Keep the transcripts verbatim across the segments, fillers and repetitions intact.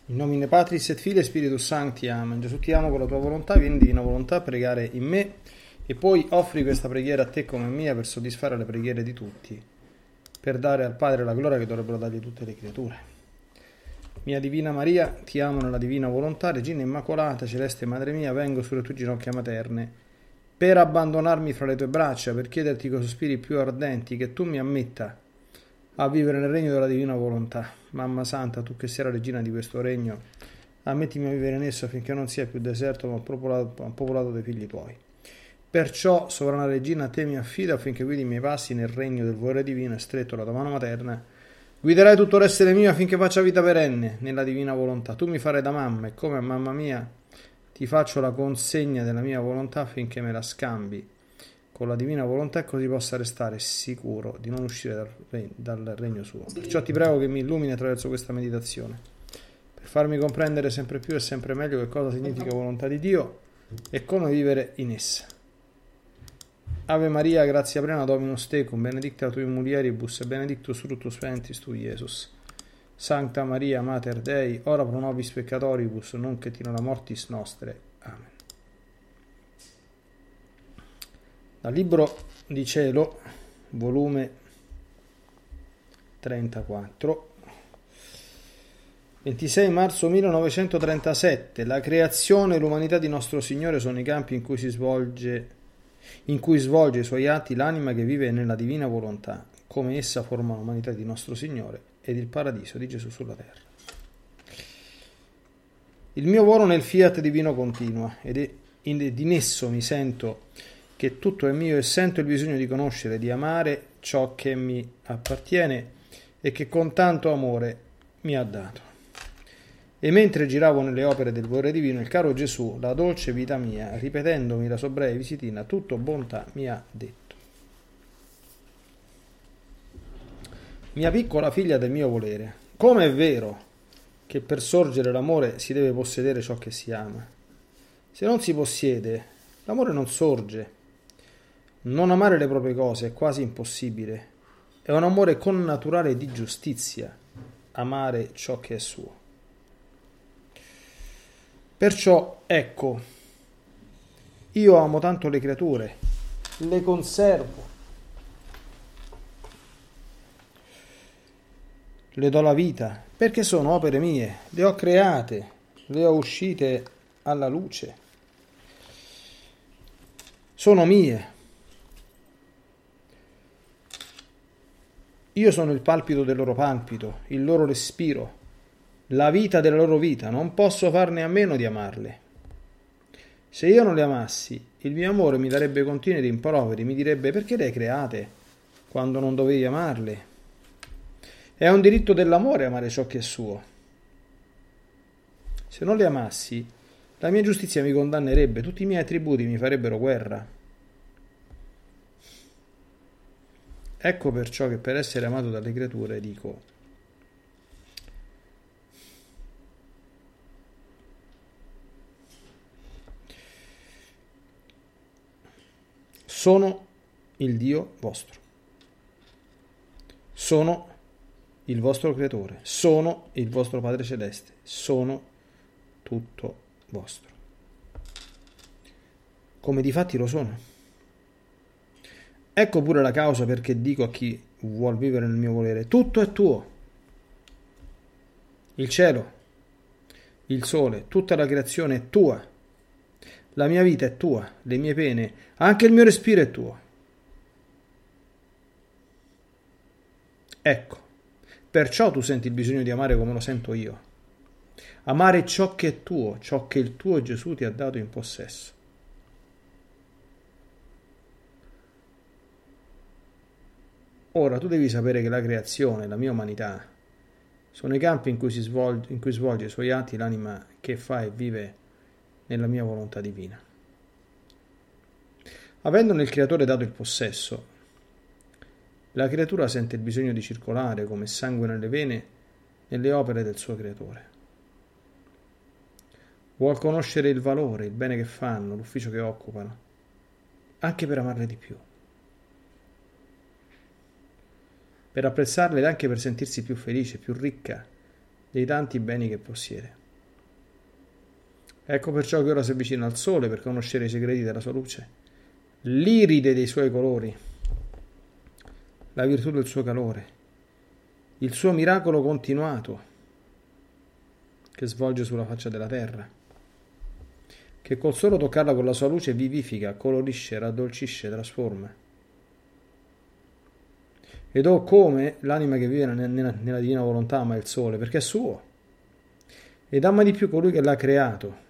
In nomine Patris et Filii e Spiritus Sancti, Amen. Gesù, ti amo con la tua volontà, vieni divina volontà a pregare in me e poi offri questa preghiera a te come mia per soddisfare le preghiere di tutti, per dare al Padre la gloria che dovrebbero dargli tutte le creature. Mia Divina Maria, ti amo nella divina volontà, Regina Immacolata, Celeste Madre mia, vengo sulle tue ginocchia materne per abbandonarmi fra le tue braccia, per chiederti con sospiri più ardenti che tu mi ammetta a vivere nel regno della divina volontà. Mamma Santa, tu che sei la regina di questo regno, ammettimi a vivere in esso affinché non sia più deserto ma popolato, popolato dai figli tuoi. Perciò, sovrana regina, a te mi affido affinché guidi i miei passi nel regno del volere divino e stretto la tua mano materna. Guiderai tutto l'essere mio affinché faccia vita perenne nella divina volontà. Tu mi farai da mamma e come a mamma mia ti faccio la consegna della mia volontà affinché me la scambi con la divina volontà e così possa restare sicuro di non uscire dal, regno, dal regno suo. Perciò ti prego che mi illumini attraverso questa meditazione per farmi comprendere sempre più e sempre meglio che cosa significa volontà di Dio e come vivere in essa. Ave Maria, grazia plena, Dominus tecum, benedicta tui mulieribus e benedictus fructus ventris tui, Iesus. Sancta Maria, Mater Dei, ora pro nobis peccatoribus, nunc et in hora mortis nostre. Amen. Dal Libro di Cielo, volume trentaquattro, ventisei marzo millenovecentotrentasette. La creazione e l'umanità di nostro Signore sono i campi in cui si svolge in cui svolge i suoi atti l'anima che vive nella divina volontà, come essa forma l'umanità di nostro Signore ed il paradiso di Gesù sulla terra. Il mio volo nel fiat divino continua ed in esso mi sento che tutto è mio e sento il bisogno di conoscere, di amare ciò che mi appartiene e che con tanto amore mi ha dato. E mentre giravo nelle opere del volere divino, il caro Gesù, la dolce vita mia, ripetendomi la sua breve visitina, tutto bontà mi ha detto: mia piccola figlia del mio volere, come è vero che per sorgere l'amore si deve possedere ciò che si ama. Se non si possiede, l'amore non sorge. Non amare le proprie cose è quasi impossibile. È un amore connaturale di giustizia, amare ciò che è suo. Perciò, ecco, io amo tanto le creature, le conservo, le do la vita, perché sono opere mie, le ho create, le ho uscite alla luce, sono mie. Io sono il palpito del loro palpito, il loro respiro, la vita della loro vita, non posso farne a meno di amarle. Se io non le amassi, il mio amore mi darebbe continui rimproveri, mi direbbe: perché le hai create quando non dovevi amarle? È un diritto dell'amore amare ciò che è suo. Se non le amassi, la mia giustizia mi condannerebbe, tutti i miei attributi mi farebbero guerra. Ecco perciò che per essere amato dalle creature dico: sono il Dio vostro, sono il vostro creatore, sono il vostro Padre Celeste, sono tutto vostro. Come difatti lo sono. Ecco pure la causa perché dico a chi vuol vivere nel mio volere: tutto è tuo. Il cielo, il sole, tutta la creazione è tua. La mia vita è tua, le mie pene, anche il mio respiro è tuo. Ecco, perciò tu senti il bisogno di amare come lo sento io. Amare ciò che è tuo, ciò che il tuo Gesù ti ha dato in possesso. Ora tu devi sapere che la creazione, la mia umanità, sono i campi in cui si svolge, in cui svolge i suoi atti l'anima che fa e vive nella mia volontà divina. Avendone il creatore dato il possesso, la creatura sente il bisogno di circolare come sangue nelle vene nelle opere del suo creatore. Vuol conoscere il valore, il bene che fanno, l'ufficio che occupano, anche per amarle di più. per apprezzarle ed anche per sentirsi più felice, più ricca dei tanti beni che possiede. Ecco perciò che ora si avvicina al sole per conoscere i segreti della sua luce, l'iride dei suoi colori, la virtù del suo calore, il suo miracolo continuato che svolge sulla faccia della terra, che col solo toccarla con la sua luce vivifica, colorisce, raddolcisce, trasforma. Ed oh come l'anima che vive nella, nella divina volontà ama il sole, perché è suo, ed ama di più colui che l'ha creato.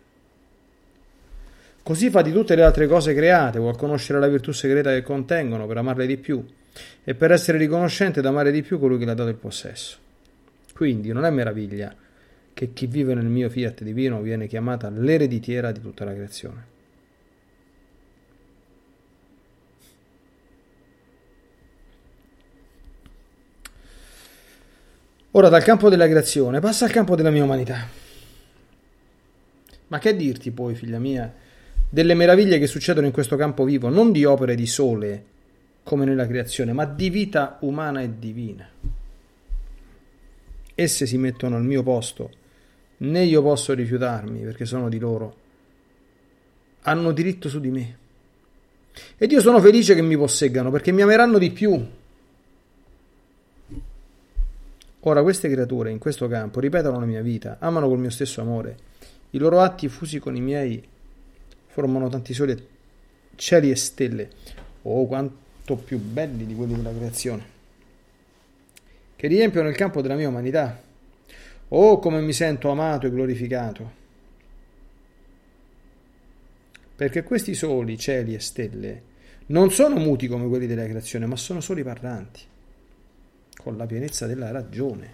Così fa di tutte le altre cose create, vuol conoscere la virtù segreta che contengono per amarle di più e per essere riconoscente ed amare di più colui che le ha dato il possesso. Quindi non è meraviglia che chi vive nel mio fiat divino viene chiamata l'ereditiera di tutta la creazione. Ora dal campo della creazione passa al campo della mia umanità. Ma che dirti poi, figlia mia, delle meraviglie che succedono in questo campo vivo, non di opere di sole come nella creazione, ma di vita umana e divina. Esse si mettono al mio posto, né io posso rifiutarmi perché sono di loro. Hanno diritto su di me. Ed io sono felice che mi posseggano perché mi ameranno di più. Ora queste creature in questo campo ripetono la mia vita, amano col mio stesso amore. I loro atti fusi con i miei formano tanti soli, cieli e stelle, oh quanto più belli di quelli della creazione, che riempiono il campo della mia umanità. Oh come mi sento amato e glorificato, perché questi soli, cieli e stelle non sono muti come quelli della creazione, ma sono soli parlanti, con la pienezza della ragione.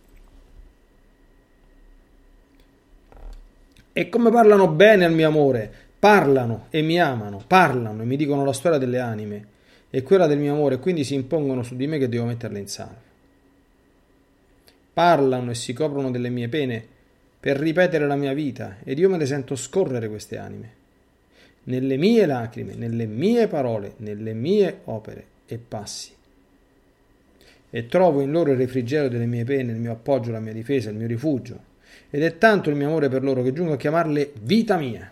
E come parlano bene al mio amore, parlano e mi amano, parlano e mi dicono la storia delle anime e quella del mio amore, e quindi si impongono su di me che devo metterle in salvo. Parlano e si coprono delle mie pene per ripetere la mia vita, ed io me le sento scorrere queste anime, nelle mie lacrime, nelle mie parole, nelle mie opere e passi. E trovo in loro il refrigerio delle mie pene, il mio appoggio, la mia difesa, il mio rifugio. Ed è tanto il mio amore per loro che giungo a chiamarle vita mia.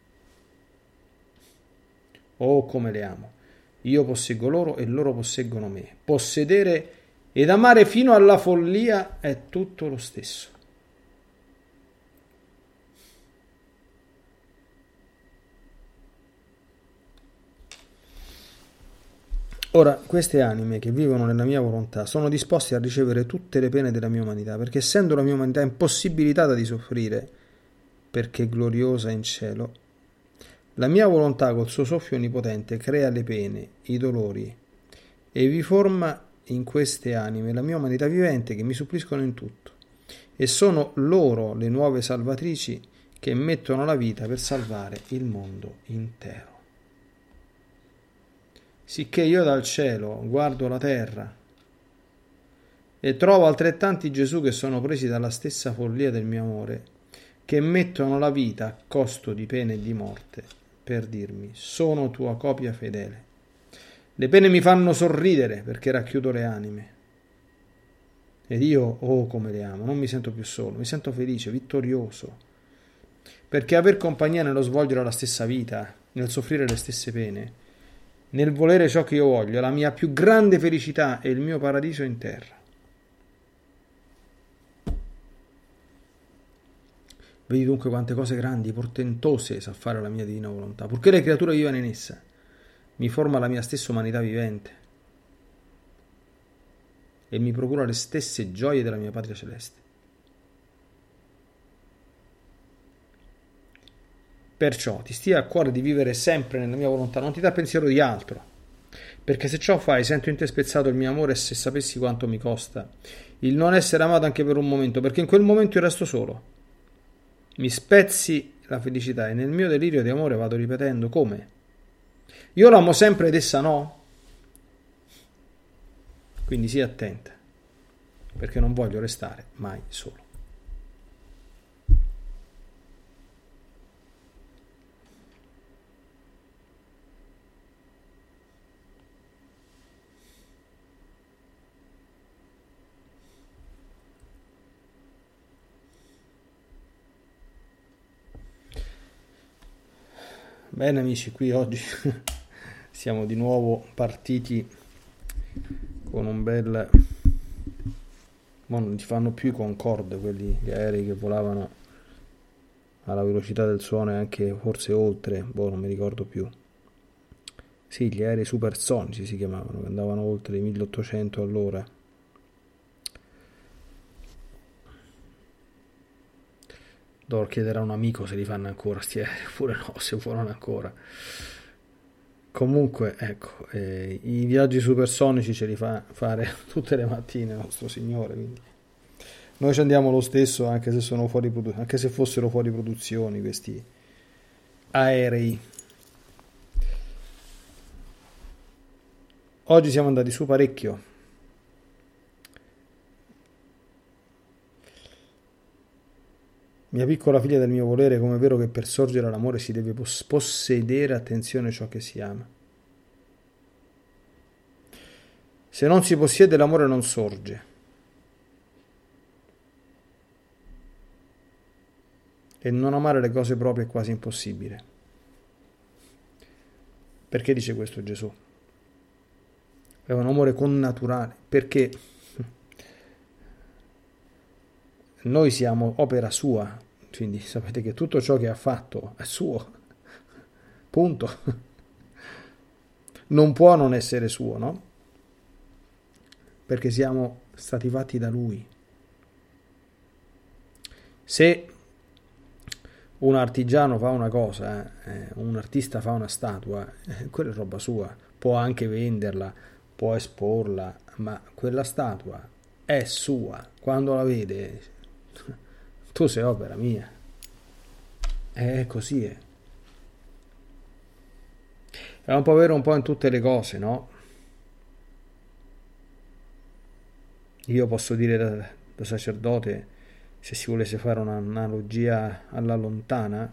Oh, come le amo! Io posseggo loro e loro posseggono me. Possedere ed amare fino alla follia è tutto lo stesso. Ora, queste anime che vivono nella mia volontà sono disposte a ricevere tutte le pene della mia umanità, perché essendo la mia umanità impossibilitata di soffrire, perché gloriosa in cielo, la mia volontà col suo soffio onnipotente crea le pene, i dolori, e vi forma in queste anime la mia umanità vivente che mi suppliscono in tutto, e sono loro le nuove salvatrici che mettono la vita per salvare il mondo intero. Sicché io dal cielo guardo la terra e trovo altrettanti Gesù che sono presi dalla stessa follia del mio amore, che mettono la vita a costo di pene e di morte per dirmi: sono tua copia fedele. Le pene mi fanno sorridere perché racchiudo le anime. Ed io, oh come le amo, non mi sento più solo, mi sento felice, vittorioso, perché aver compagnia nello svolgere la stessa vita, nel soffrire le stesse pene, nel volere ciò che io voglio, la mia più grande felicità e il mio paradiso in terra. Vedi dunque quante cose grandi, portentose sa fare la mia divina volontà, purché le creature vivano in essa. Mi forma la mia stessa umanità vivente e mi procura le stesse gioie della mia patria celeste. Perciò ti stia a cuore di vivere sempre nella mia volontà, non ti dà pensiero di altro, perché se ciò fai sento in te spezzato il mio amore, e se sapessi quanto mi costa il non essere amato anche per un momento, perché in quel momento io resto solo. Mi spezzi la felicità e nel mio delirio di amore vado ripetendo: come? Io l'amo sempre ed essa no? Quindi sii attenta, perché non voglio restare mai solo. Bene amici, qui oggi siamo di nuovo partiti con un bel... Ma non ti fanno più i Concorde, quelli, gli aerei che volavano alla velocità del suono e anche forse oltre, boh, non mi ricordo più. Sì, gli aerei supersonici si chiamavano, che andavano oltre i milleottocento all'ora. Dovrò chiedere a un amico se li fanno ancora sti aerei, oppure no, se volano ancora. Comunque, ecco, eh, i viaggi supersonici ce li fa fare tutte le mattine nostro Signore, quindi noi ci andiamo lo stesso anche se sono fuori produ- anche se fossero fuori produzione questi aerei. Oggi siamo andati su parecchio. Mia piccola figlia del mio volere, come è vero che per sorgere all'amore si deve poss- possedere, attenzione, ciò che si ama. Se non si possiede, l'amore non sorge. E non amare le cose proprie è quasi impossibile. Perché dice questo Gesù? È un amore connaturale, perché noi siamo opera sua, quindi sapete che tutto ciò che ha fatto è suo, punto. Non può non essere suo, no? Perché siamo stati fatti da lui. Se un artigiano fa una cosa, eh, un artista fa una statua, eh, quella è roba sua, può anche venderla, può esporla, ma quella statua è sua. Quando la vede, tu sei opera mia. È così, è. È un po' vero un po' in tutte le cose, no? Io posso dire da, da sacerdote, se si volesse fare un'analogia alla lontana,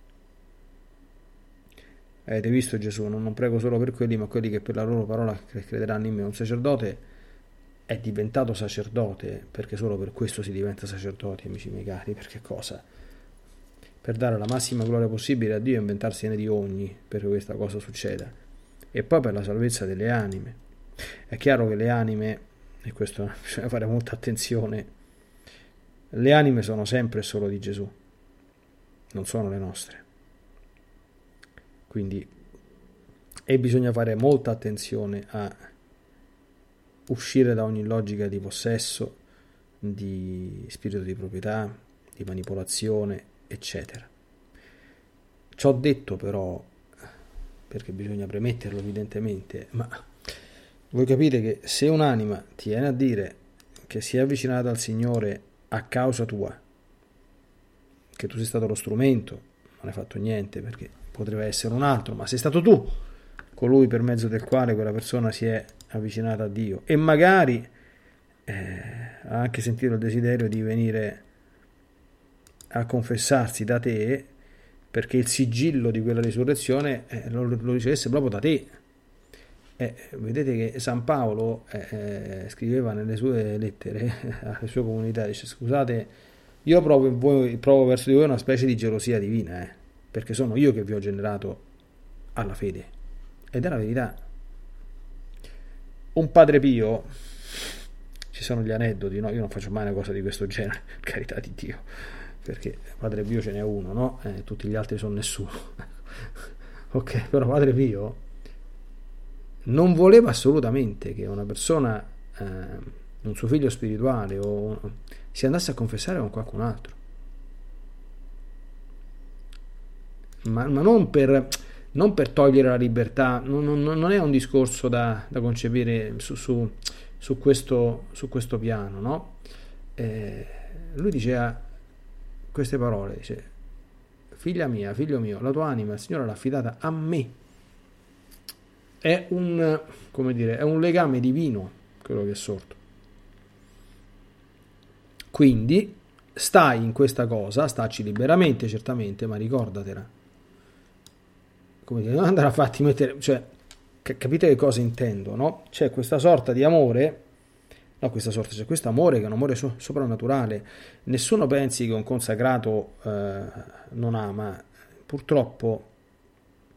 avete visto Gesù, non, non prego solo per quelli, ma quelli che per la loro parola crederanno in me. Un sacerdote è diventato sacerdote perché solo per questo si diventa sacerdoti, amici miei cari. Perché cosa? Per dare la massima gloria possibile a Dio e inventarsene di ogni perché questa cosa succeda, e poi per la salvezza delle anime. È chiaro che le anime, e questo bisogna fare molta attenzione, le anime sono sempre solo di Gesù, non sono le nostre. Quindi, e bisogna fare molta attenzione a uscire da ogni logica di possesso, di spirito di proprietà, di manipolazione, eccetera. Ciò detto però, perché bisogna premetterlo evidentemente, ma voi capite che se un'anima tiene a dire che si è avvicinata al Signore a causa tua, che tu sei stato lo strumento, non hai fatto niente perché potrebbe essere un altro, ma sei stato tu colui per mezzo del quale quella persona si è avvicinata a Dio, e magari eh, ha anche sentito il desiderio di venire a confessarsi da te perché il sigillo di quella risurrezione eh, lo, lo ricevesse proprio da te. Eh, vedete che San Paolo eh, scriveva nelle sue lettere alle sue comunità, dice: scusate, io provo, in voi, provo verso di voi una specie di gelosia divina, eh, perché sono io che vi ho generato alla fede. Ed è la verità. Un Padre Pio, ci sono gli aneddoti, no? Io non faccio mai una cosa di questo genere, per carità di Dio, perché Padre Pio ce n'è uno, no? Eh, tutti gli altri sono nessuno. Ok, però Padre Pio non voleva assolutamente che una persona, eh, un suo figlio spirituale, o, si andasse a confessare con qualcun altro. Ma, ma non per, non per togliere la libertà, non, non, non è un discorso da, da concepire su, su, su, questo, su questo piano, no? Eh, lui diceva queste parole, dice: figlia mia, figlio mio, la tua anima il Signore l'ha affidata a me. È un, come dire, è un legame divino quello che è sorto. Quindi stai in questa cosa, staci liberamente certamente, ma ricordatela. Come dire, non andare a farti mettere, cioè, capite che cosa intendo, no? C'è questa sorta di amore, no, questa sorta, c'è questo amore che è un amore so- soprannaturale. Nessuno pensi che un consacrato eh, non ama. Purtroppo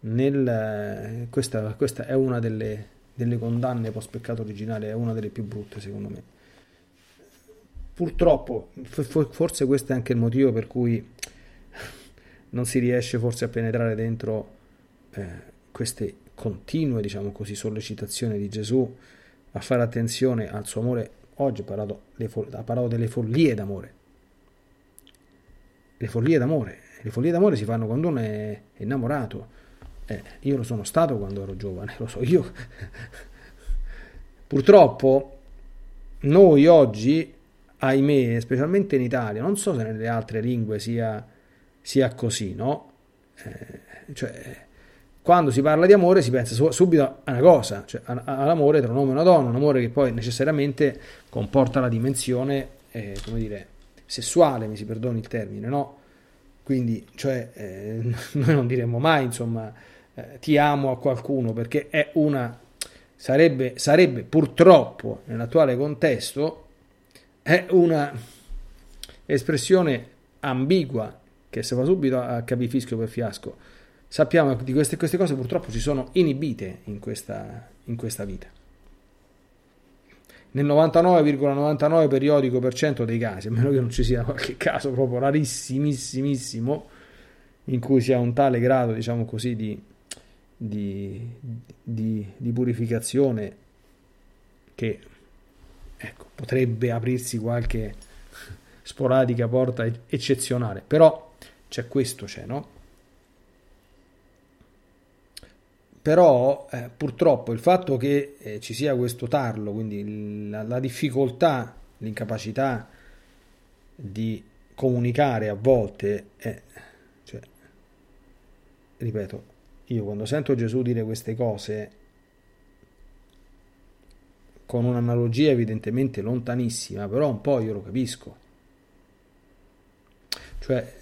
nel, questa, questa è una delle, delle condanne post peccato originale, è una delle più brutte secondo me. Purtroppo, forse questo è anche il motivo per cui non si riesce forse a penetrare dentro eh, queste continue, diciamo così, sollecitazioni di Gesù a fare attenzione al suo amore. Oggi ha parlato, le, ha parlato delle follie d'amore. Le follie d'amore. Le follie d'amore si fanno quando uno è innamorato. Eh, io lo sono stato quando ero giovane, lo so io. Purtroppo noi oggi, ahimè, specialmente in Italia, non so se nelle altre lingue sia, sia così, no? Eh, cioè, quando si parla di amore si pensa su, subito a una cosa, cioè all'amore tra un uomo e una donna, un amore che poi necessariamente comporta la dimensione, eh, come dire, sessuale, mi si perdoni il termine, no? Quindi, cioè, eh, noi non diremmo mai, insomma, eh, ti amo a qualcuno, perché è una, sarebbe, sarebbe purtroppo, nell'attuale contesto, è una espressione ambigua che si fa subito a capire fischio per fiasco. Sappiamo che di queste, queste cose purtroppo si sono inibite in questa, in questa vita. Nel novantanove virgola novantanove periodico per cento dei casi, a meno che non ci sia qualche caso proprio rarissimissimo in cui sia un tale grado, diciamo così, di, di, di, di purificazione che, ecco, potrebbe aprirsi qualche sporadica porta eccezionale, però c'è questo, c'è, no? Però eh, purtroppo il fatto che eh, ci sia questo tarlo, quindi la, la difficoltà, l'incapacità di comunicare a volte, è, cioè, ripeto, io quando sento Gesù dire queste cose, con un'analogia evidentemente lontanissima, però un po' io lo capisco. Cioè,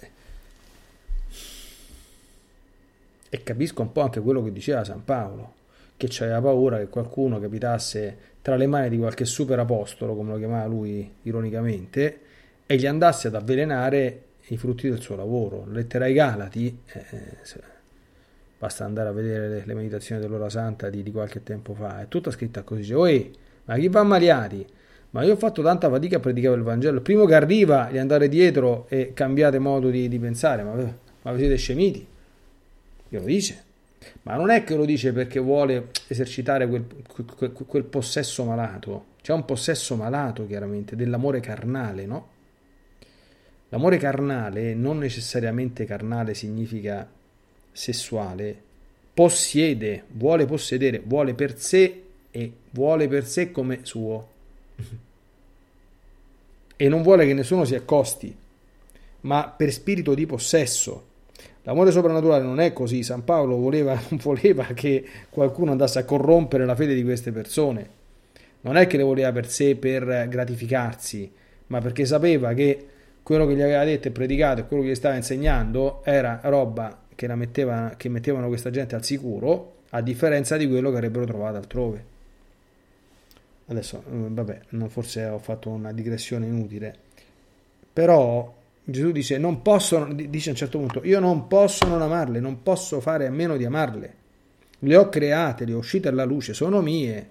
e capisco un po' anche quello che diceva San Paolo, che c'aveva paura che qualcuno capitasse tra le mani di qualche super apostolo, come lo chiamava lui ironicamente, e gli andasse ad avvelenare i frutti del suo lavoro. Lettera ai Galati, eh, basta andare a vedere le, le meditazioni dell'ora santa di, di qualche tempo fa, è tutta scritta così, dice, oi, ma chi va ammaliati? Ma io ho fatto tanta fatica a predicare il Vangelo, il primo che arriva gli andare dietro e cambiate modo di, di pensare, ma, ma siete scemiti? Glielo dice, ma non è che lo dice perché vuole esercitare quel, quel, quel possesso malato. C'è un possesso malato chiaramente dell'amore carnale, no? L'amore carnale, non necessariamente carnale significa sessuale, possiede, vuole possedere, vuole per sé e vuole per sé come suo e non vuole che nessuno si accosti, ma per spirito di possesso. L'amore soprannaturale non è così. San Paolo voleva, non voleva che qualcuno andasse a corrompere la fede di queste persone. Non è che le voleva per sé per gratificarsi, ma perché sapeva che quello che gli aveva detto e predicato e quello che gli stava insegnando era roba che, la metteva, che mettevano questa gente al sicuro, a differenza di quello che avrebbero trovato altrove. Adesso, vabbè, forse ho fatto una digressione inutile, però Gesù dice, non posso, dice a un certo punto, io non posso non amarle, non posso fare a meno di amarle. Le ho create, le ho uscite alla luce, sono mie.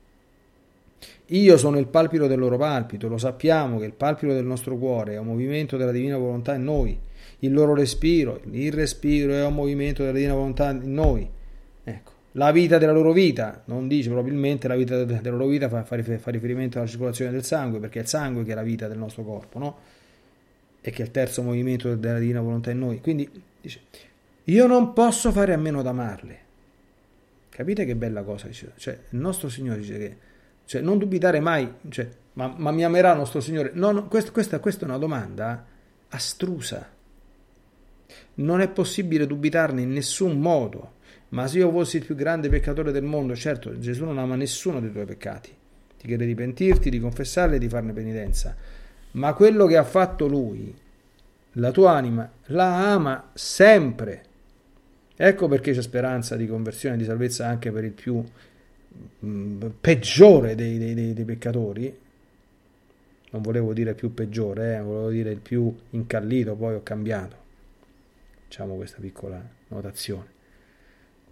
Io sono il palpito del loro palpito, lo sappiamo che il palpito del nostro cuore è un movimento della divina volontà in noi. Il loro respiro, il respiro è un movimento della divina volontà in noi. Ecco. La vita della loro vita, non dice probabilmente la vita della loro vita, fa, fa riferimento alla circolazione del sangue, perché è il sangue che è la vita del nostro corpo, no? E che è il terzo movimento della divina volontà in noi. Quindi dice, io non posso fare a meno d'amarle. Capite che bella cosa? Cioè, il nostro Signore dice che, cioè, non dubitare mai, cioè, ma, ma mi amerà il nostro Signore? No, no, questa, questa, questa è una domanda astrusa. Non è possibile dubitarne in nessun modo. Ma se io fossi il più grande peccatore del mondo, certo, Gesù non ama nessuno dei tuoi peccati. Ti chiede di pentirti, di confessarli e di farne penitenza. Ma quello che ha fatto Lui, la tua anima, la ama sempre. Ecco perché c'è speranza di conversione e di salvezza anche per il più mh, peggiore dei, dei, dei, dei peccatori. Non volevo dire più peggiore, eh, volevo dire il più incallito, poi ho cambiato. Facciamo questa piccola notazione.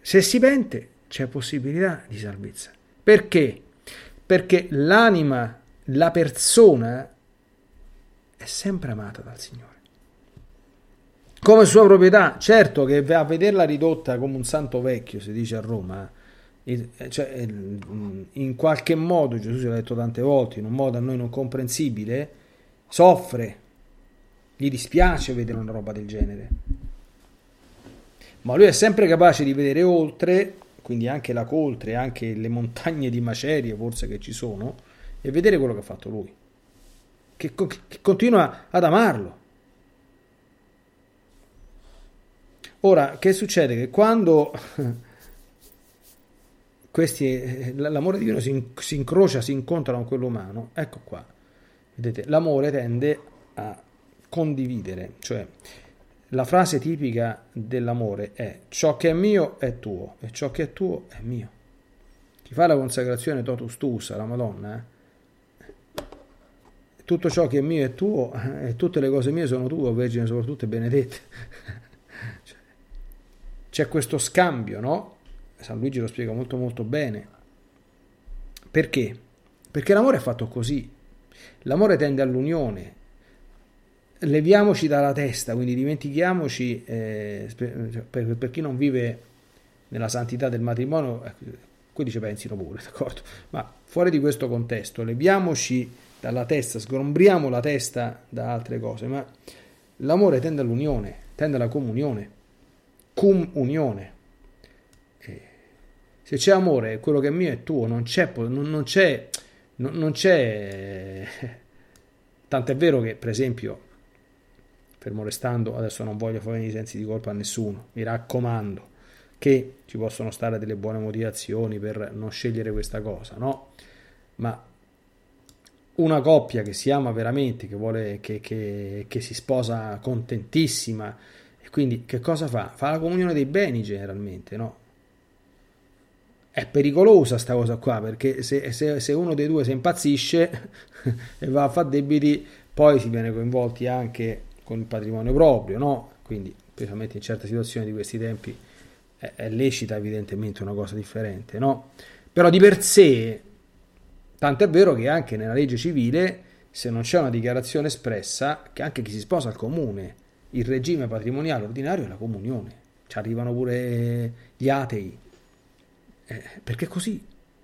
Se si pente c'è possibilità di salvezza. Perché? Perché l'anima, la persona è sempre amata dal Signore. Come sua proprietà, certo che a vederla ridotta come un santo vecchio, si dice a Roma, cioè, in qualche modo, Gesù si è detto tante volte, in un modo a noi non comprensibile, soffre, gli dispiace vedere una roba del genere. Ma lui è sempre capace di vedere oltre, quindi anche la coltre, anche le montagne di macerie forse che ci sono, e vedere quello che ha fatto lui, che, che continua ad amarlo. Ora, che succede? Che quando questi, l'amore divino si, si incrocia, si incontra con quello umano, ecco qua, vedete, l'amore tende a condividere, cioè la frase tipica dell'amore è: ciò che è mio è tuo e ciò che è tuo è mio. Chi fa la consacrazione totus tuus alla Madonna, eh? Tutto ciò che è mio è tuo e tutte le cose mie sono tue, Vergine soprattutto e benedette. Cioè, c'è questo scambio, no? San Luigi lo spiega molto molto bene. Perché? Perché l'amore è fatto così. L'amore tende all'unione. Leviamoci dalla testa, quindi dimentichiamoci, eh, per, per chi non vive nella santità del matrimonio, eh, quelli ci pensino pure, d'accordo? Ma fuori di questo contesto, leviamoci dalla testa, sgombriamo la testa da altre cose, ma l'amore tende all'unione, tende alla comunione, cum unione. Eh, se c'è amore, quello che è mio è tuo, non c'è, non, non c'è, non, non c'è, tant'è vero che, per esempio, fermo restando, adesso non voglio fare i sensi di colpa a nessuno, mi raccomando che ci possono stare delle buone motivazioni per non scegliere questa cosa, no? Ma una coppia che si ama veramente, che vuole, che, che, che si sposa contentissima, e quindi che cosa fa? Fa la comunione dei beni generalmente, no? È pericolosa sta cosa qua, perché se, se, se uno dei due si impazzisce e va a fare debiti, poi si viene coinvolti anche con il patrimonio proprio, no? Quindi, specialmente in certe situazioni di questi tempi, è, è lecita evidentemente una cosa differente, no? Però di per sé, tanto è vero che anche nella legge civile, se non c'è una dichiarazione espressa, che anche chi si sposa al comune, il regime patrimoniale ordinario è la comunione. Ci arrivano pure gli atei, eh, perché è così.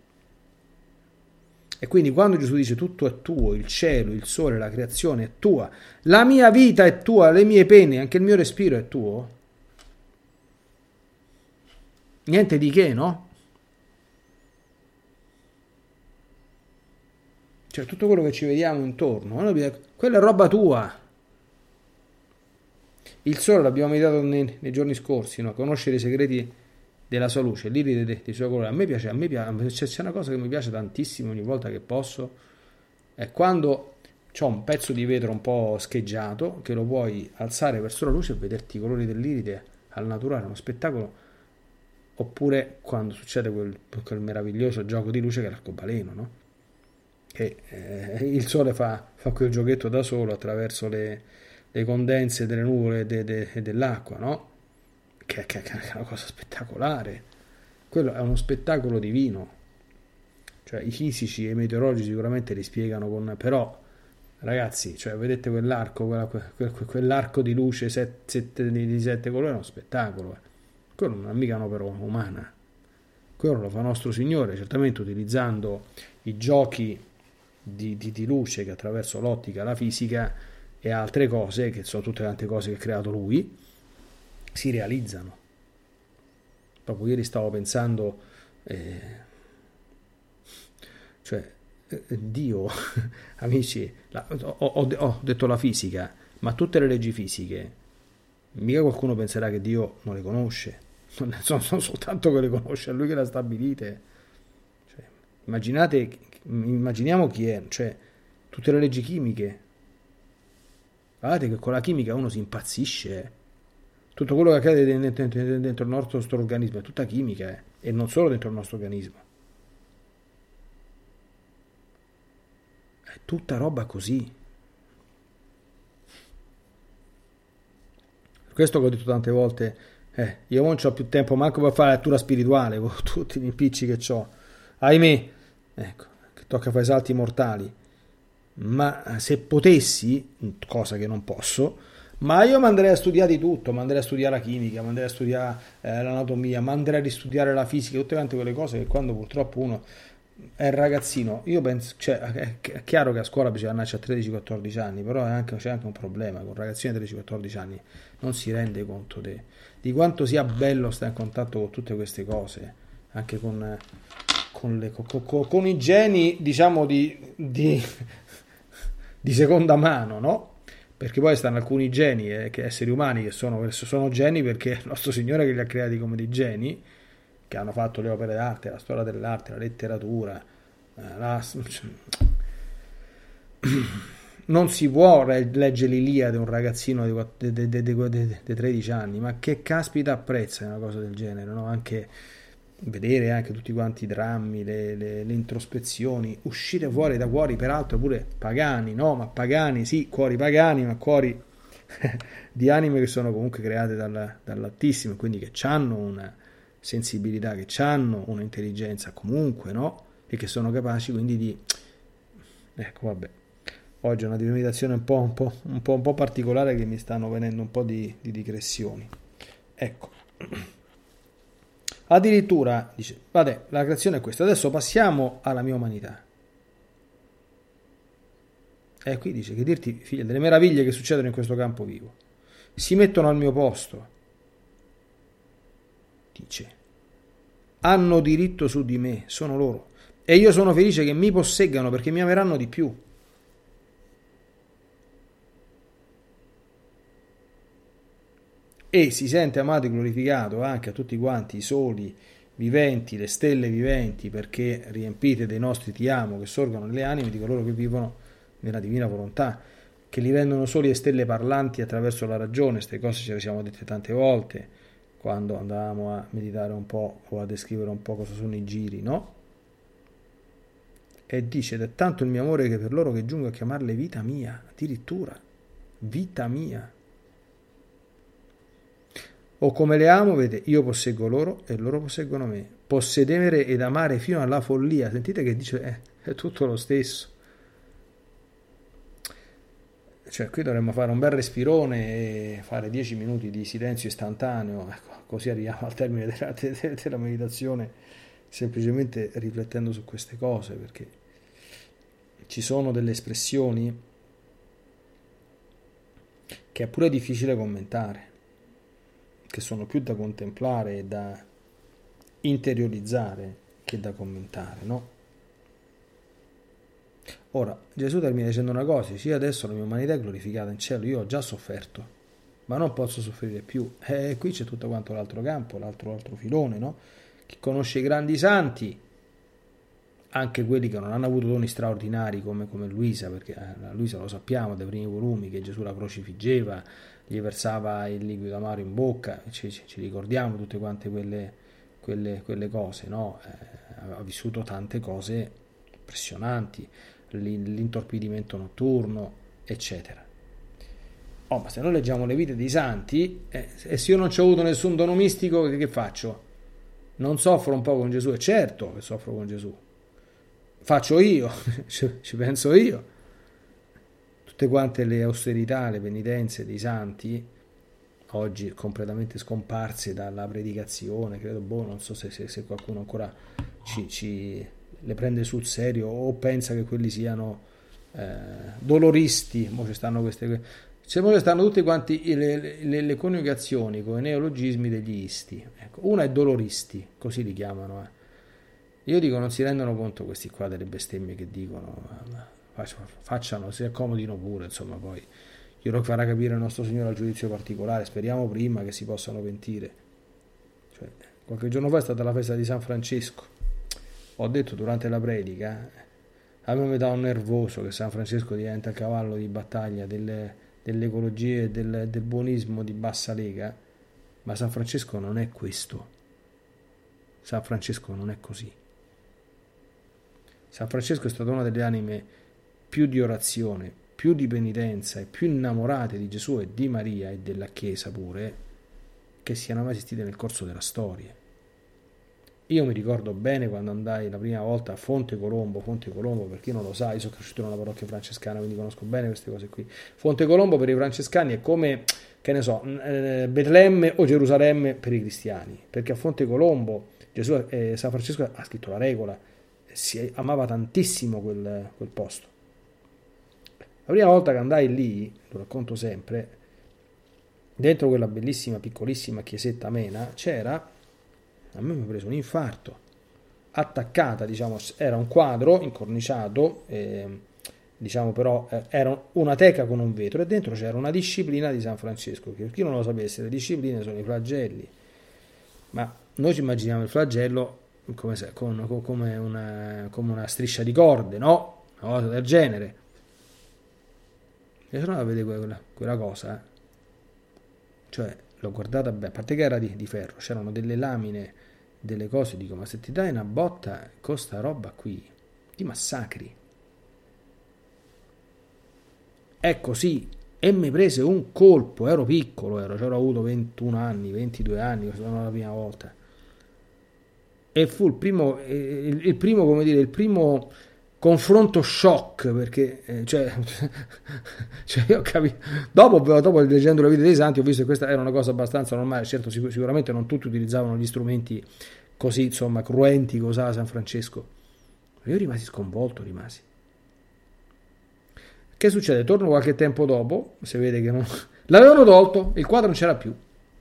E quindi quando Gesù dice tutto è tuo, il cielo, il sole, la creazione è tua, la mia vita è tua, le mie pene, anche il mio respiro è tuo, niente di che, no? Cioè tutto quello che ci vediamo intorno, quella è roba tua. Il sole l'abbiamo meditato nei, nei giorni scorsi, no? Conoscere i segreti della sua luce, l'iride dei, dei suoi colori. A me piace, a me piace, c'è una cosa che mi piace tantissimo ogni volta che posso, è quando c'ho un pezzo di vetro un po' scheggiato, che lo puoi alzare verso la luce e vederti i colori dell'iride al naturale, uno spettacolo. Oppure quando succede quel, quel meraviglioso gioco di luce che è l'arcobaleno, no? Che eh, il sole fa, fa quel giochetto da solo attraverso le, le condense delle nuvole e de, de, de, dell'acqua, no? Che, che, che è una cosa spettacolare. Quello è uno spettacolo divino. Cioè i fisici e i meteorologi sicuramente li spiegano con, però ragazzi, cioè vedete quell'arco, quella, quel, quell'arco di luce set, set, di sette colori è uno spettacolo. Eh. Quello non è mica un'opera umana. Quello lo fa nostro Signore, certamente utilizzando i giochi di, di, di luce che attraverso l'ottica, la fisica e altre cose, che sono tutte tante cose che ha creato Lui, si realizzano. Proprio ieri stavo pensando, eh, cioè eh, Dio, amici, la, ho, ho, ho detto la fisica, ma tutte le leggi fisiche, mica qualcuno penserà che Dio non le conosce, non sono, sono soltanto che le conosce, è Lui che le ha stabilite. Cioè, immaginate, immaginiamo chi è, cioè tutte le leggi chimiche. Guardate che con la chimica uno si impazzisce. Tutto quello che accade dentro, dentro il nostro organismo è tutta chimica, eh? E non solo dentro il nostro organismo. È tutta roba così. Per questo che ho detto tante volte, Eh, io non ho più tempo manco per fare la lettura spirituale con tutti gli impicci che ho. Ahimè, ecco, che tocca fare salti mortali. Ma se potessi, cosa che non posso, ma io manderei a studiare di tutto, manderei a studiare la chimica, manderei a studiare eh, l'anatomia, manderei a ristudiare la fisica, tutte quante quelle cose che quando purtroppo uno è ragazzino, io penso, cioè, è, è chiaro che a scuola bisogna andarci a tredici quattordici anni, però è anche, c'è anche un problema, con un ragazzino di tredici quattordici anni non si rende conto de, di quanto sia bello stare in contatto con tutte queste cose, anche con, con, le, con, con, con i geni, diciamo, di, di, di seconda mano, no? Perché poi stanno alcuni geni, eh, che esseri umani che sono, sono geni perché il nostro Signore che li ha creati come dei geni, che hanno fatto le opere d'arte, la storia dell'arte, la letteratura, eh, la... non si può leggere l'Iliade un ragazzino di, di, di, di, di, di tredici anni, ma che caspita apprezza una cosa del genere, no? Anche vedere anche tutti quanti i drammi, le, le, le introspezioni, uscire fuori da cuori peraltro pure pagani, no? Ma pagani, sì, cuori pagani, ma cuori di anime che sono comunque create dal, dall'Altissimo, quindi che hanno una sensibilità, che hanno un'intelligenza comunque, no? E che sono capaci quindi di... Ecco, vabbè. Oggi è una meditazione un po', un po', un po', un po' particolare che mi stanno venendo un po' di, di digressioni. Ecco. Addirittura dice, vabbè, la creazione è questa, adesso passiamo alla mia umanità. E qui dice che dirti, figlia, delle meraviglie che succedono in questo campo vivo. Si mettono al mio posto. Dice, hanno diritto su di me, sono loro. E io sono felice che mi posseggano perché mi ameranno di più. E si sente amato e glorificato anche a tutti quanti i soli viventi, le stelle viventi, perché riempite dei nostri ti amo che sorgono nelle anime di coloro che vivono nella divina volontà, che li rendono soli e stelle parlanti attraverso la ragione. Queste cose ce le siamo dette tante volte quando andavamo a meditare un po' o a descrivere un po' cosa sono i giri, no? E dice, ed è tanto il mio amore che per loro che giungo a chiamarle vita mia, addirittura, vita mia. O come le amo, vede, io posseggo loro e loro posseggono me. Possedere ed amare fino alla follia. Sentite che dice, eh, è tutto lo stesso. Cioè, qui dovremmo fare un bel respirone e fare dieci minuti di silenzio istantaneo, ecco, così arriviamo al termine della, della meditazione, semplicemente riflettendo su queste cose, perché ci sono delle espressioni che è pure difficile commentare, che sono più da contemplare e da interiorizzare che da commentare, no? Ora, Gesù termina dicendo una cosa, sì, adesso la mia umanità è glorificata in cielo, io ho già sofferto, ma non posso soffrire più. E qui c'è tutto quanto l'altro campo, l'altro, l'altro filone, no? Chi conosce i grandi santi, anche quelli che non hanno avuto doni straordinari come, come Luisa, perché eh, Luisa lo sappiamo dai primi volumi che Gesù la crocifiggeva, gli versava il liquido amaro in bocca, ci, ci, ci ricordiamo tutte quante quelle, quelle, quelle cose, no? Eh, ha vissuto tante cose impressionanti, l'intorpidimento notturno, eccetera. Oh, ma se noi leggiamo le vite dei santi, eh, e se io non ci ho avuto nessun dono mistico, che, che faccio? Non soffro un po' con Gesù? È certo che soffro con Gesù. Faccio io, ci penso io. Tutte quante le austerità, le penitenze dei santi, oggi completamente scomparse dalla predicazione, credo, boh, non so se, se, se qualcuno ancora ci, ci le prende sul serio o pensa che quelli siano eh, doloristi. Mo ci stanno queste, cioè, mo ci stanno tutte quanti le, le, le coniugazioni con i neologismi degli isti. Ecco, una è doloristi, così li chiamano. Eh. Io dico, non si rendono conto questi qua delle bestemmie che dicono. Facciano, si accomodino pure, insomma, poi glielo farà capire il nostro Signore al giudizio particolare. Speriamo prima che si possano pentire. Cioè, qualche giorno fa è stata la festa di San Francesco. Ho detto durante la predica, a me mi dà un nervoso che San Francesco diventa il cavallo di battaglia delle, dell'ecologia e del, del buonismo di bassa lega, ma San Francesco non è questo. San Francesco non è così. San Francesco è stata una delle anime più di orazione, più di penitenza e più innamorate di Gesù e di Maria e della Chiesa pure che siano mai esistite nel corso della storia. Io mi ricordo bene quando andai la prima volta a Fonte Colombo, Fonte Colombo per chi non lo sa, io sono cresciuto in una parrocchia francescana, quindi conosco bene queste cose qui. Fonte Colombo per i francescani è come, che ne so, Betlemme o Gerusalemme per i cristiani, perché a Fonte Colombo Gesù, eh, San Francesco ha scritto la regola, si amava tantissimo quel, quel posto. La prima volta che andai lì, lo racconto sempre, dentro quella bellissima piccolissima chiesetta amena c'era, a me mi ha preso un infarto, attaccata, diciamo, era un quadro incorniciato, eh, diciamo però eh, era una teca con un vetro e dentro c'era una disciplina di San Francesco, che per chi non lo sapesse le discipline sono i flagelli, ma noi ci immaginiamo il flagello come, se, con, come, una, come una striscia di corde, no? Una cosa del genere. E sono andato a vedere quella, quella cosa, eh. Cioè l'ho guardata bene, a parte che era di, di ferro, c'erano delle lamine, delle cose, dico, ma se ti dai una botta con sta roba qui, ti massacri. È così, e mi prese un colpo, ero piccolo, ero, c'ero avuto ventuno anni, ventidue anni, questa era la prima volta. E fu il primo, il, il primo, come dire, il primo confronto shock, perché eh, cioè, cioè io ho capito, dopo, dopo leggendo la vita dei santi ho visto che questa era una cosa abbastanza normale, certo sicur- sicuramente non tutti utilizzavano gli strumenti così insomma cruenti che usava San Francesco, io rimasi sconvolto, rimasi. Che succede? Torno qualche tempo dopo, si vede che non l'avevano tolto, il quadro non c'era più.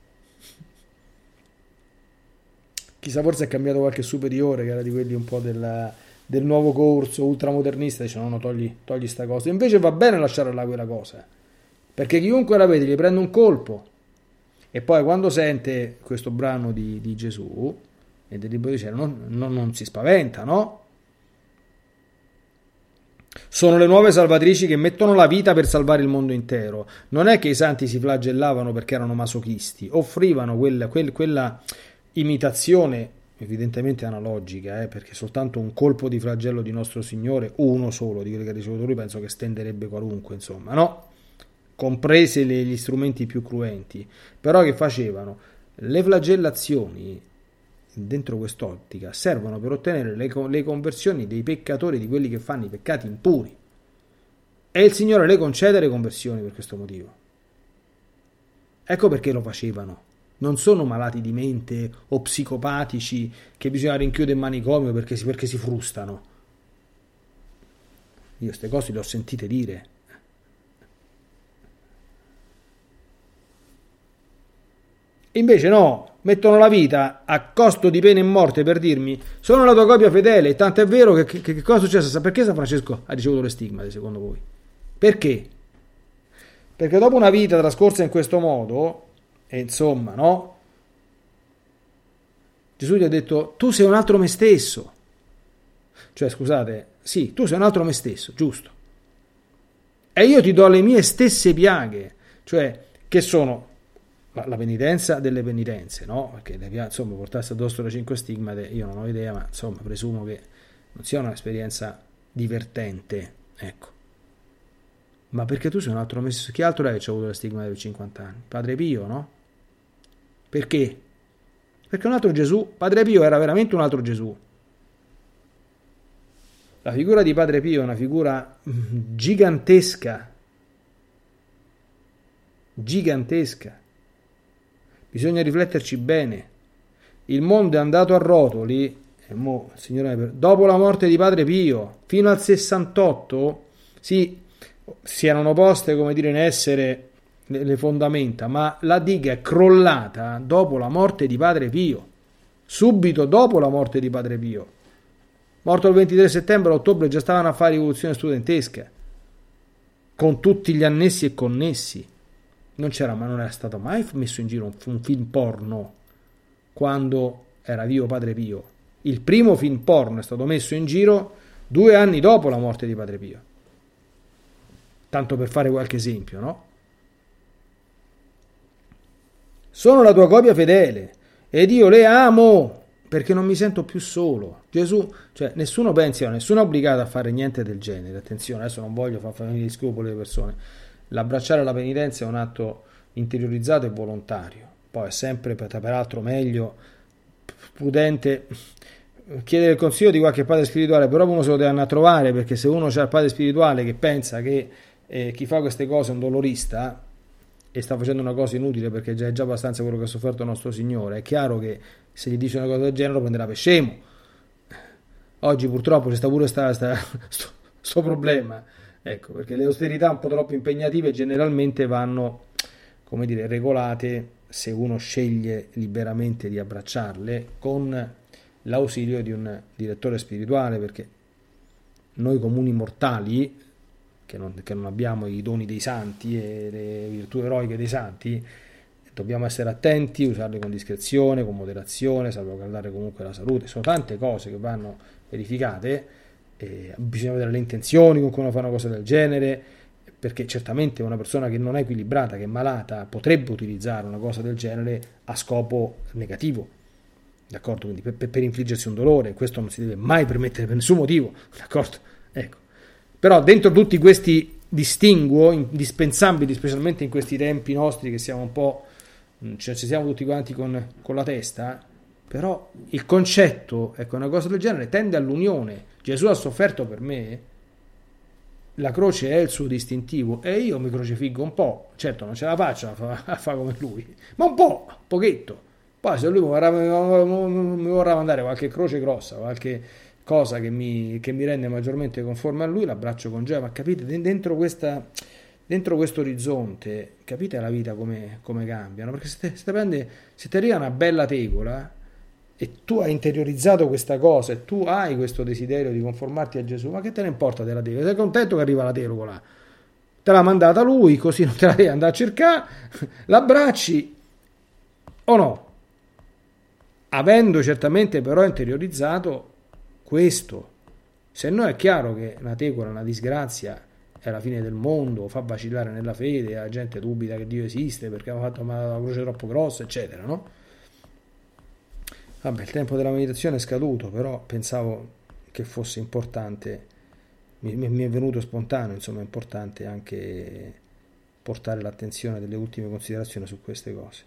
Chissà, forse è cambiato qualche superiore che era di quelli un po' della del nuovo corso ultramodernista, dice no, no, togli, togli sta cosa. Invece va bene lasciare là quella cosa, perché chiunque la vede gli prende un colpo. E poi quando sente questo brano di, di Gesù e del libro di cielo non, non, non si spaventa, no? Sono le nuove salvatrici che mettono la vita per salvare il mondo intero. Non è che i santi si flagellavano perché erano masochisti, offrivano quella, quella, quella imitazione evidentemente analogica, eh, perché soltanto un colpo di flagello di nostro Signore, uno solo di quelli che ha ricevuto lui, penso che stenderebbe qualunque, insomma, no? Comprese le, gli strumenti più cruenti. Però che facevano? Le flagellazioni dentro quest'ottica servono per ottenere le, le conversioni dei peccatori, di quelli che fanno i peccati impuri, e il Signore le concede le conversioni per questo motivo. Ecco perché lo facevano. Non sono malati di mente o psicopatici che bisogna rinchiudere in manicomio perché si, perché si frustano. Io queste cose le ho sentite dire. Invece no, mettono la vita a costo di pena e morte per dirmi sono la tua copia fedele, tanto è vero che, che, che cosa è successo? Perché San Francesco ha ricevuto le stigmate secondo voi? Perché? Perché dopo una vita trascorsa in questo modo, e insomma, no? Gesù gli ha detto, tu sei un altro me stesso. Cioè, scusate, sì, tu sei un altro me stesso, giusto. E io ti do le mie stesse piaghe, cioè, che sono la, la penitenza delle penitenze, no? Perché le piaghe, insomma, portarsi addosso le cinque stigmate, io non ho idea, ma insomma, presumo che non sia un'esperienza divertente, ecco. Ma perché tu sei un altro me stesso? Chi altro è che ci ha avuto le stigmate per cinquanta anni? Padre Pio, no? Perché? Perché un altro Gesù, Padre Pio era veramente un altro Gesù. La figura di Padre Pio è una figura gigantesca, gigantesca. Bisogna rifletterci bene. Il mondo è andato a rotoli, e mo, Signore, dopo la morte di Padre Pio, fino al sessantotto, sì, si erano poste, come dire, in essere le fondamenta, ma la diga è crollata dopo la morte di Padre Pio, subito dopo la morte di Padre Pio, morto il ventitré settembre, a ottobre già stavano a fare rivoluzione studentesca con tutti gli annessi e connessi. Non c'era, ma non era stato mai messo in giro un, un film porno quando era vivo Padre Pio. Il primo film porno è stato messo in giro due anni dopo la morte di Padre Pio, tanto per fare qualche esempio, no? Sono la tua copia fedele ed io le amo perché non mi sento più solo. Gesù, cioè nessuno pensi, nessuno è obbligato a fare niente del genere. Attenzione, adesso non voglio far venire gli scrupoli alle persone. L'abbracciare la penitenza è un atto interiorizzato e volontario, poi è sempre peraltro meglio, prudente, chiedere il consiglio di qualche padre spirituale, però uno se lo deve andare a trovare, perché se uno c'ha il padre spirituale che pensa che eh, chi fa queste cose è un dolorista e sta facendo una cosa inutile perché già è già abbastanza quello che ha sofferto il nostro Signore, è chiaro che se gli dice una cosa del genere lo prenderà per scemo. Oggi purtroppo c'è sta pure sta, sta, sto, sto problema, ecco, perché le austerità un po' troppo impegnative generalmente vanno, come dire, regolate se uno sceglie liberamente di abbracciarle con l'ausilio di un direttore spirituale, perché noi comuni mortali che non, che non abbiamo i doni dei santi e le virtù eroiche dei santi dobbiamo essere attenti, usarle con discrezione, con moderazione, salvaguardare comunque la salute. Sono tante cose che vanno verificate, eh, bisogna vedere le intenzioni con cui uno fa una cosa del genere, perché certamente una persona che non è equilibrata, che è malata, potrebbe utilizzare una cosa del genere a scopo negativo, d'accordo? Quindi per, per infliggersi un dolore, questo non si deve mai permettere per nessun motivo, d'accordo? Ecco. Però dentro tutti questi distinguo indispensabili, specialmente in questi tempi nostri che siamo un po', cioè ci siamo tutti quanti con, con la testa, però il concetto, ecco, una cosa del genere tende all'unione. Gesù ha sofferto per me, la croce è il suo distintivo e io mi crocefiggo un po', certo non ce la faccio a fare fa come lui, ma un po', un pochetto. Poi se lui mi vorrà, mi vorrà mandare qualche croce grossa, qualche cosa che mi, che mi rende maggiormente conforme a lui, l'abbraccio con gioia. Ma capite, dentro questa, dentro questo orizzonte, capite la vita come, come cambiano? Perché se te, se te prende, se ti arriva una bella tegola e tu hai interiorizzato questa cosa e tu hai questo desiderio di conformarti a Gesù, ma che te ne importa della tegola? Sei contento che arriva la tegola? Te l'ha mandata lui, così non te la devi andare a cercare, l'abbracci o no? Avendo certamente però interiorizzato questo. Se no è chiaro che una tegola, una disgrazia, è la fine del mondo, fa vacillare nella fede, la gente dubita che Dio esiste perché aveva fatto una croce troppo grossa, eccetera, no? Vabbè, il tempo della meditazione è scaduto, però pensavo che fosse importante, mi, mi è venuto spontaneo, insomma è importante anche portare l'attenzione delle ultime considerazioni su queste cose.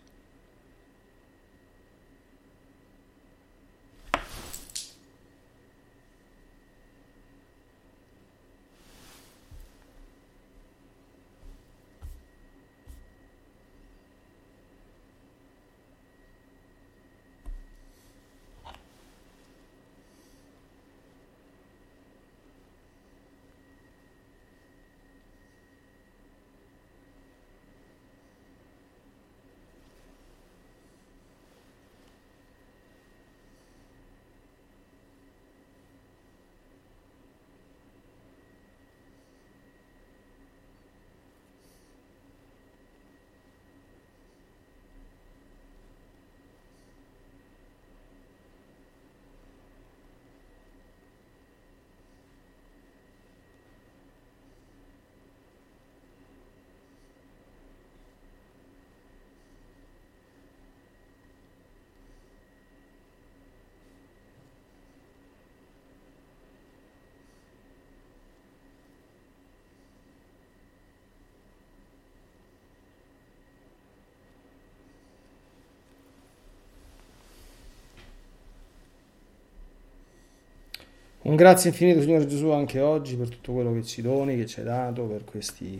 Un grazie infinito, Signore Gesù, anche oggi per tutto quello che ci doni, che ci hai dato, per questi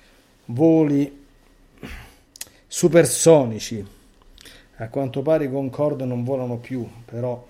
voli supersonici. A quanto pare i Concorde non volano più, però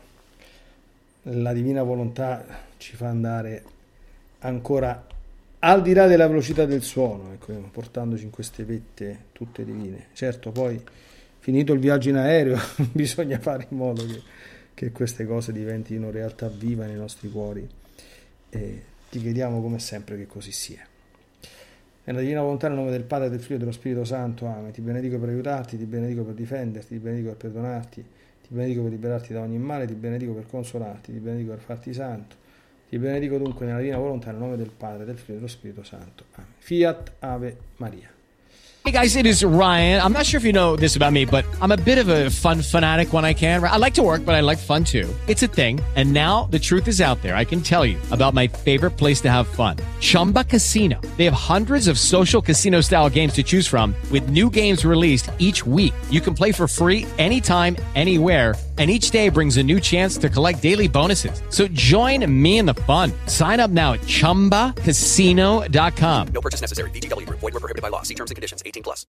la divina volontà ci fa andare ancora al di là della velocità del suono, ecco, portandoci in queste vette tutte divine. Certo, poi finito il viaggio in aereo bisogna fare in modo che che queste cose diventino realtà viva nei nostri cuori e ti chiediamo come sempre che così sia. Nella divina volontà, nel nome del Padre, del Figlio e dello Spirito Santo, amen. Ti benedico per aiutarti, ti benedico per difenderti, ti benedico per perdonarti, ti benedico per liberarti da ogni male, ti benedico per consolarti, ti benedico per farti santo, ti benedico dunque nella divina volontà, nel nome del Padre, del Figlio e dello Spirito Santo, amen. Fiat Ave Maria. Hey guys, it is Ryan. I'm not sure if you know this about me, but I'm a bit of a fun fanatic when I can. I like to work, but I like fun too. It's a thing. And now the truth is out there. I can tell you about my favorite place to have fun. Chumba Casino. They have hundreds of social casino style games to choose from with new games released each week. You can play for free anytime, anywhere. And each day brings a new chance to collect daily bonuses. So join me in the fun. Sign up now at chumba casino dot com. No purchase necessary. V G W Group. Void where prohibited by law. See terms and conditions. eighteen plus.